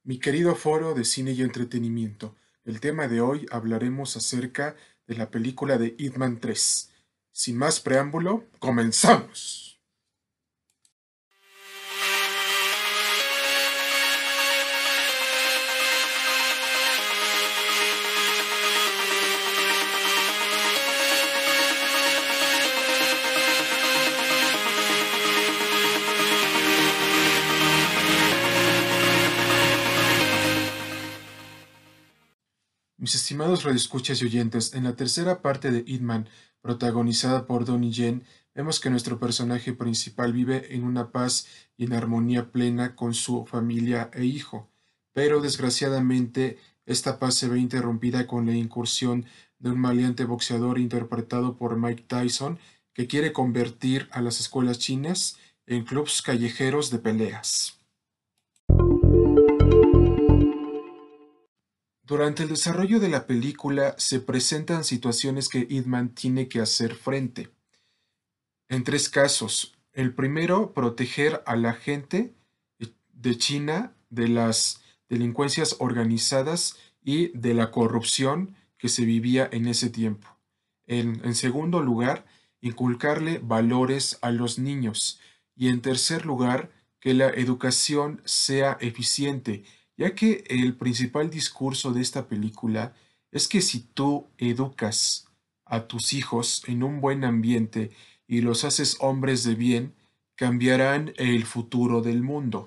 Mi querido foro de cine y entretenimiento, el tema de hoy hablaremos acerca de la película de Ip Man 3. Sin más preámbulo, ¡comenzamos! Mis estimados radioescuchas y oyentes, en la tercera parte de Ip Man, protagonizada por Donnie Yen, vemos que nuestro personaje principal vive en una paz y en armonía plena con su familia e hijo, pero desgraciadamente esta paz se ve interrumpida con la incursión de un maleante boxeador interpretado por Mike Tyson que quiere convertir a las escuelas chinas en clubs callejeros de peleas. Durante el desarrollo de la película se presentan situaciones que Ip Man tiene que hacer frente, en tres casos. El primero, proteger a la gente de China de las delincuencias organizadas y de la corrupción que se vivía en ese tiempo. En segundo lugar, inculcarle valores a los niños. Y en tercer lugar, que la educación sea eficiente, ya que el principal discurso de esta película es que si tú educas a tus hijos en un buen ambiente y los haces hombres de bien, cambiarán el futuro del mundo.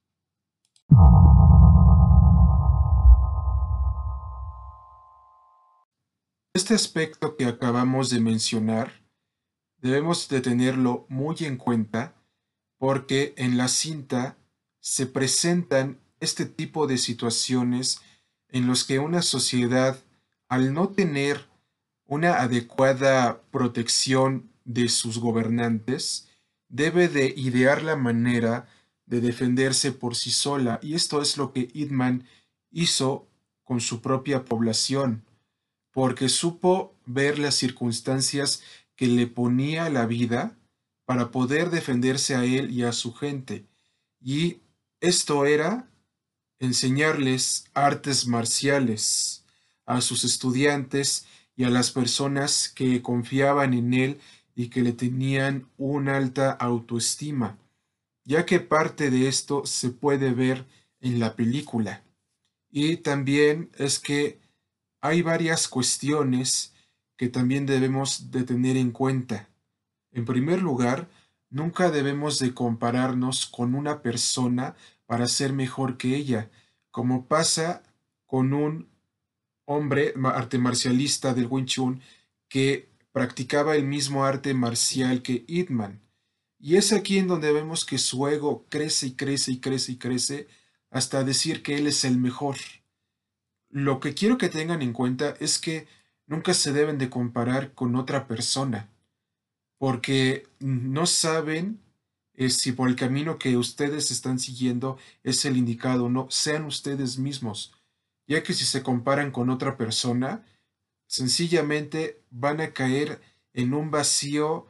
Este aspecto que acabamos de mencionar debemos de tenerlo muy en cuenta porque en la cinta se presentan este tipo de situaciones en los que una sociedad, al no tener una adecuada protección de sus gobernantes, debe de idear la manera de defenderse por sí sola, y esto es lo que Ip Man hizo con su propia población, porque supo ver las circunstancias que le ponía la vida para poder defenderse a él y a su gente. Y esto era enseñarles artes marciales a sus estudiantes y a las personas que confiaban en él y que le tenían una alta autoestima, ya que parte de esto se puede ver en la película. Y también es que hay varias cuestiones que también debemos de tener en cuenta. En primer lugar, nunca debemos de compararnos con una persona para ser mejor que ella, como pasa con un hombre arte marcialista del Wing Chun que practicaba el mismo arte marcial que Ip Man. Y es aquí en donde vemos que su ego crece y crece y crece y crece hasta decir que él es el mejor. Lo que quiero que tengan en cuenta es que nunca se deben de comparar con otra persona, porque no saben si por el camino que ustedes están siguiendo es el indicado o no. Sean ustedes mismos, ya que si se comparan con otra persona, sencillamente van a caer en un vacío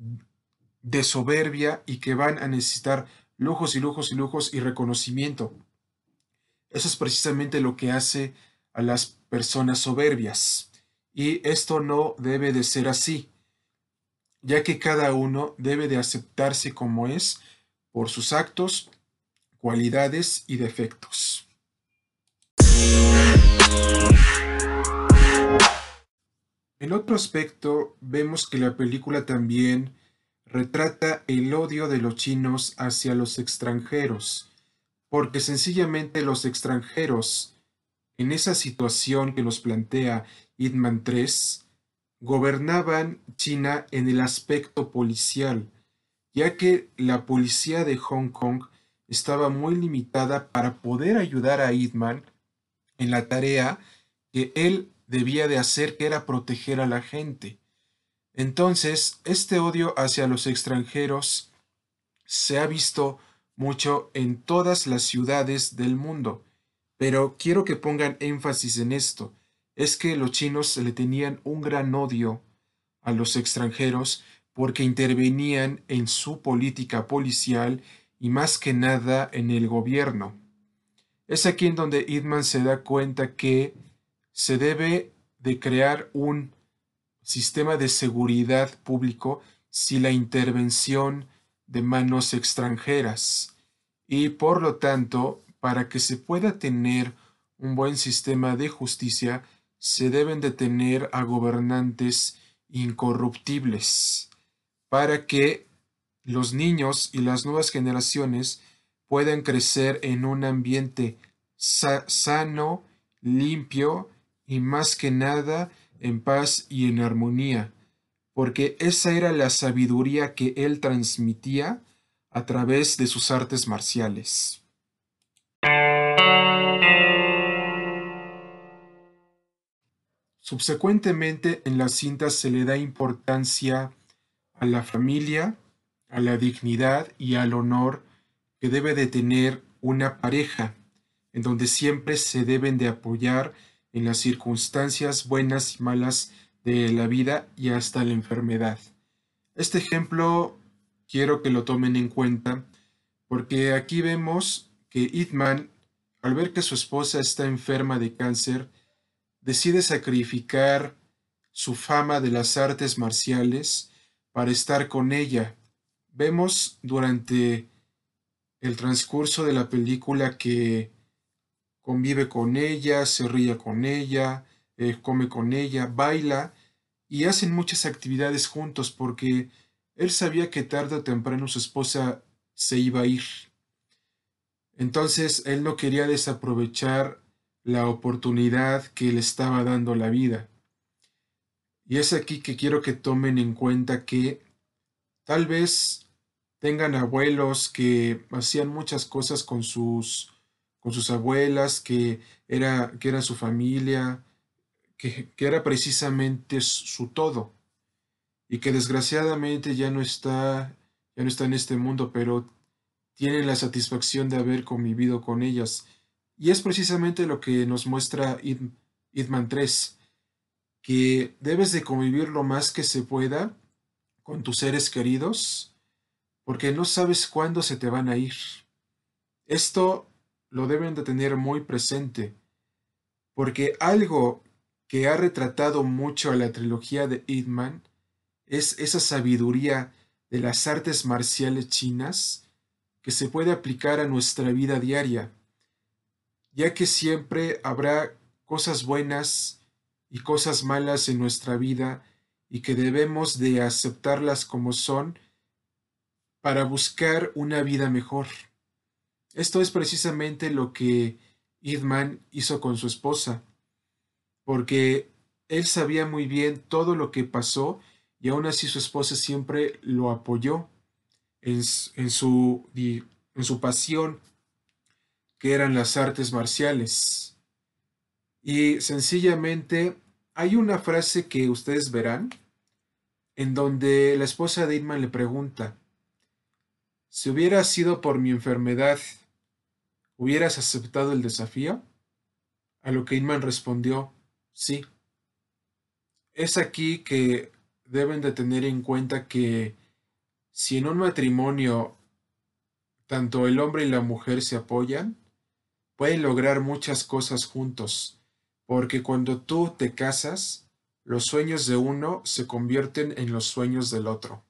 de soberbia y que van a necesitar lujos y lujos y lujos y reconocimiento. Eso es precisamente lo que hace a las personas soberbias. Y esto no debe de ser así, ya que cada uno debe de aceptarse como es por sus actos, cualidades y defectos. En otro aspecto, vemos que la película también retrata el odio de los chinos hacia los extranjeros, porque sencillamente los extranjeros, en esa situación que nos plantea Ip Man 3, gobernaban China en el aspecto policial, ya que la policía de Hong Kong estaba muy limitada para poder ayudar a Ip Man en la tarea que él debía de hacer, que era proteger a la gente. Entonces, este odio hacia los extranjeros se ha visto mucho en todas las ciudades del mundo, pero quiero que pongan énfasis en esto, es que los chinos le tenían un gran odio a los extranjeros porque intervenían en su política policial y más que nada en el gobierno. Es aquí en donde Idman se da cuenta que se debe de crear un sistema de seguridad público sin la intervención de manos extranjeras. Y por lo tanto, para que se pueda tener un buen sistema de justicia, se deben de tener a gobernantes incorruptibles, para que los niños y las nuevas generaciones puedan crecer en un ambiente sano, limpio y más que nada en paz y en armonía, porque esa era la sabiduría que él transmitía a través de sus artes marciales. Subsecuentemente, en la cinta se le da importancia a la familia, a la dignidad y al honor que debe de tener una pareja, en donde siempre se deben de apoyar en las circunstancias buenas y malas de la vida y hasta la enfermedad. Este ejemplo quiero que lo tomen en cuenta porque aquí vemos que Hitman, al ver que su esposa está enferma de cáncer, decide sacrificar su fama de las artes marciales para estar con ella. Vemos durante el transcurso de la película que convive con ella, se ríe con ella, come con ella, baila y hacen muchas actividades juntos porque él sabía que tarde o temprano su esposa se iba a ir. Entonces él no quería desaprovechar la oportunidad que le estaba dando la vida. Y es aquí que quiero que tomen en cuenta que tal vez tengan abuelos que hacían muchas cosas con sus abuelas, que era su familia, que era precisamente su todo, y que desgraciadamente ya no está en este mundo, pero tienen la satisfacción de haber convivido con ellas. Y es precisamente lo que nos muestra Hitman 3, que debes de convivir lo más que se pueda con tus seres queridos, porque no sabes cuándo se te van a ir. Esto lo deben de tener muy presente, porque algo que ha retratado mucho a la trilogía de Ip Man es esa sabiduría de las artes marciales chinas que se puede aplicar a nuestra vida diaria, ya que siempre habrá cosas buenas y cosas malas en nuestra vida y que debemos de aceptarlas como son para buscar una vida mejor. Esto es precisamente lo que Idman hizo con su esposa, porque él sabía muy bien todo lo que pasó y aún así su esposa siempre lo apoyó en su pasión, que eran las artes marciales. Y sencillamente hay una frase que ustedes verán en donde la esposa de Idman le pregunta: si hubiera sido por mi enfermedad, ¿hubieras aceptado el desafío? A lo que Inman respondió: sí. Es aquí que deben de tener en cuenta que si en un matrimonio tanto el hombre y la mujer se apoyan, pueden lograr muchas cosas juntos, porque cuando tú te casas, los sueños de uno se convierten en los sueños del otro.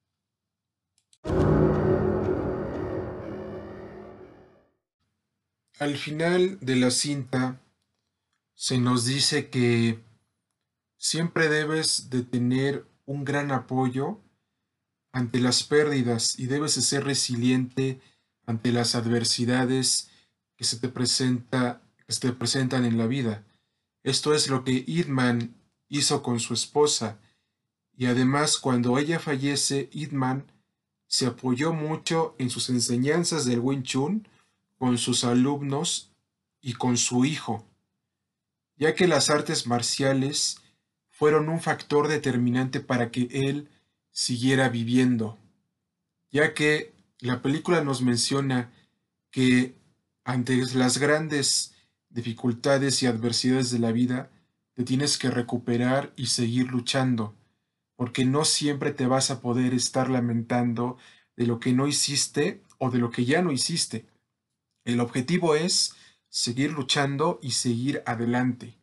Al final de la cinta se nos dice que siempre debes de tener un gran apoyo ante las pérdidas y debes de ser resiliente ante las adversidades que se te presentan en la vida. Esto es lo que Idman hizo con su esposa, y además cuando ella fallece, Idman se apoyó mucho en sus enseñanzas del Wing Chun con sus alumnos y con su hijo, ya que las artes marciales fueron un factor determinante para que él siguiera viviendo, ya que la película nos menciona que ante las grandes dificultades y adversidades de la vida, te tienes que recuperar y seguir luchando, porque no siempre te vas a poder estar lamentando de lo que no hiciste o de lo que ya no hiciste. El objetivo es seguir luchando y seguir adelante,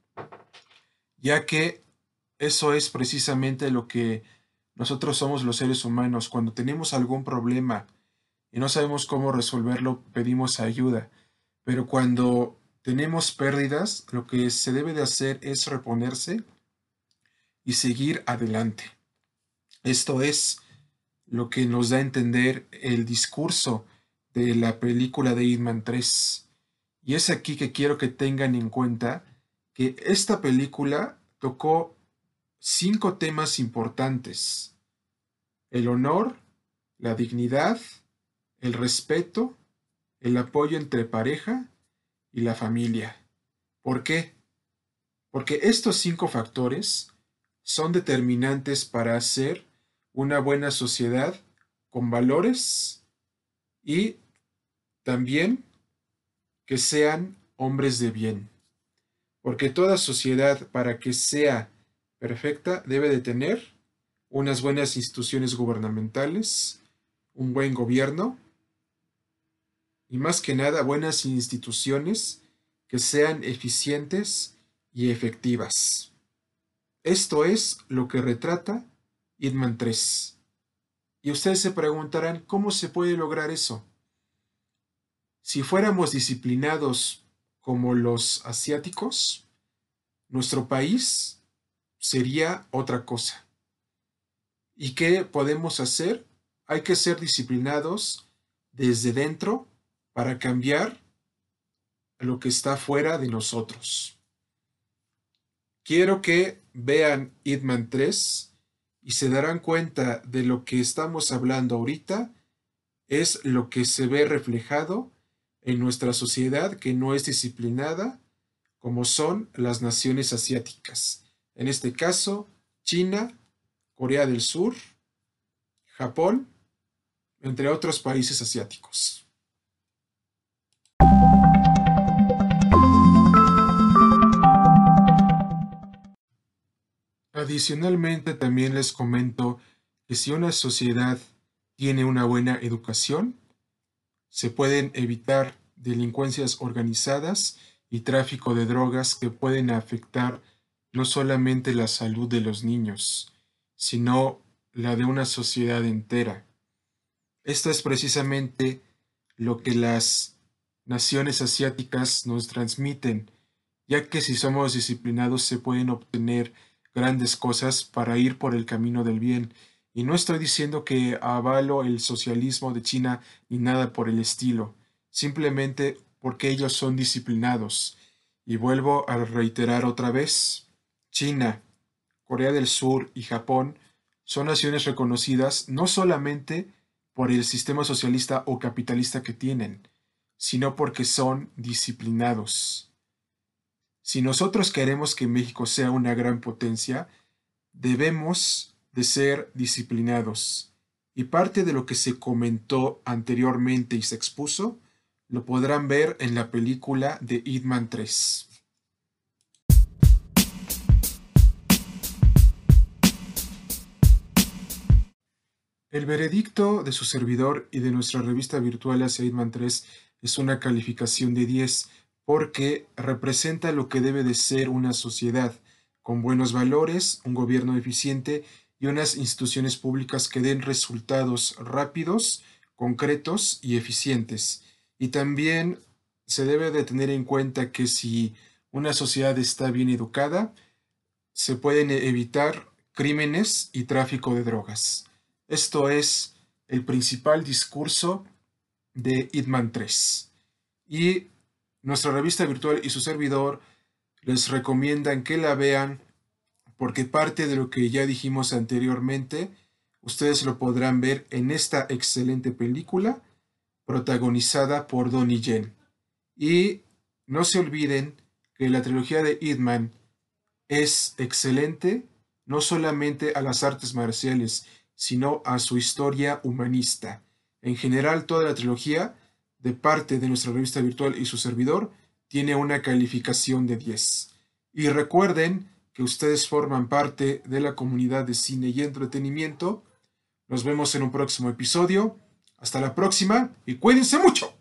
ya que eso es precisamente lo que nosotros somos los seres humanos. Cuando tenemos algún problema y no sabemos cómo resolverlo, pedimos ayuda. Pero cuando tenemos pérdidas, lo que se debe de hacer es reponerse y seguir adelante. Esto es lo que nos da a entender el discurso de la película de Ip Man 3. Y es aquí que quiero que tengan en cuenta que esta película tocó 5 temas importantes: el honor, la dignidad, el respeto, el apoyo entre pareja y la familia. ¿Por qué? Porque estos 5 factores son determinantes para hacer una buena sociedad con valores y también que sean hombres de bien. Porque toda sociedad, para que sea perfecta, debe de tener unas buenas instituciones gubernamentales, un buen gobierno y más que nada buenas instituciones que sean eficientes y efectivas. Esto es lo que retrata Ip Man 3. Y ustedes se preguntarán, ¿cómo se puede lograr eso? Si fuéramos disciplinados como los asiáticos, nuestro país sería otra cosa. ¿Y qué podemos hacer? Hay que ser disciplinados desde dentro para cambiar lo que está fuera de nosotros. Quiero que vean Ip Man 3 y se darán cuenta de lo que estamos hablando ahorita es lo que se ve reflejado en nuestra sociedad que no es disciplinada, como son las naciones asiáticas. En este caso, China, Corea del Sur, Japón, entre otros países asiáticos. Adicionalmente, también les comento que si una sociedad tiene una buena educación, se pueden evitar delincuencias organizadas y tráfico de drogas que pueden afectar no solamente la salud de los niños, sino la de una sociedad entera. Esto es precisamente lo que las naciones asiáticas nos transmiten, ya que si somos disciplinados se pueden obtener grandes cosas para ir por el camino del bien. Y no estoy diciendo que avalo el socialismo de China ni nada por el estilo, simplemente porque ellos son disciplinados. Y vuelvo a reiterar otra vez, China, Corea del Sur y Japón son naciones reconocidas no solamente por el sistema socialista o capitalista que tienen, sino porque son disciplinados. Si nosotros queremos que México sea una gran potencia, debemos de ser disciplinados. Y parte de lo que se comentó anteriormente y se expuso, lo podrán ver en la película de Ip Man 3. El veredicto de su servidor y de nuestra revista virtual hacia Ip Man 3 es una calificación de 10 porque representa lo que debe de ser una sociedad con buenos valores, un gobierno eficiente y unas instituciones públicas que den resultados rápidos, concretos y eficientes. Y también se debe de tener en cuenta que si una sociedad está bien educada, se pueden evitar crímenes y tráfico de drogas. Esto es el principal discurso de Ip Man 3. Y nuestra revista virtual y su servidor les recomiendan que la vean porque parte de lo que ya dijimos anteriormente, ustedes lo podrán ver en esta excelente película protagonizada por Donnie Yen. Y no se olviden que la trilogía de Ip Man es excelente no solamente a las artes marciales, sino a su historia humanista. En general, toda la trilogía, de parte de nuestra revista virtual y su servidor, tiene una calificación de 10. Y recuerden que ustedes forman parte de la comunidad de cine y entretenimiento. Nos vemos en un próximo episodio. Hasta la próxima y cuídense mucho.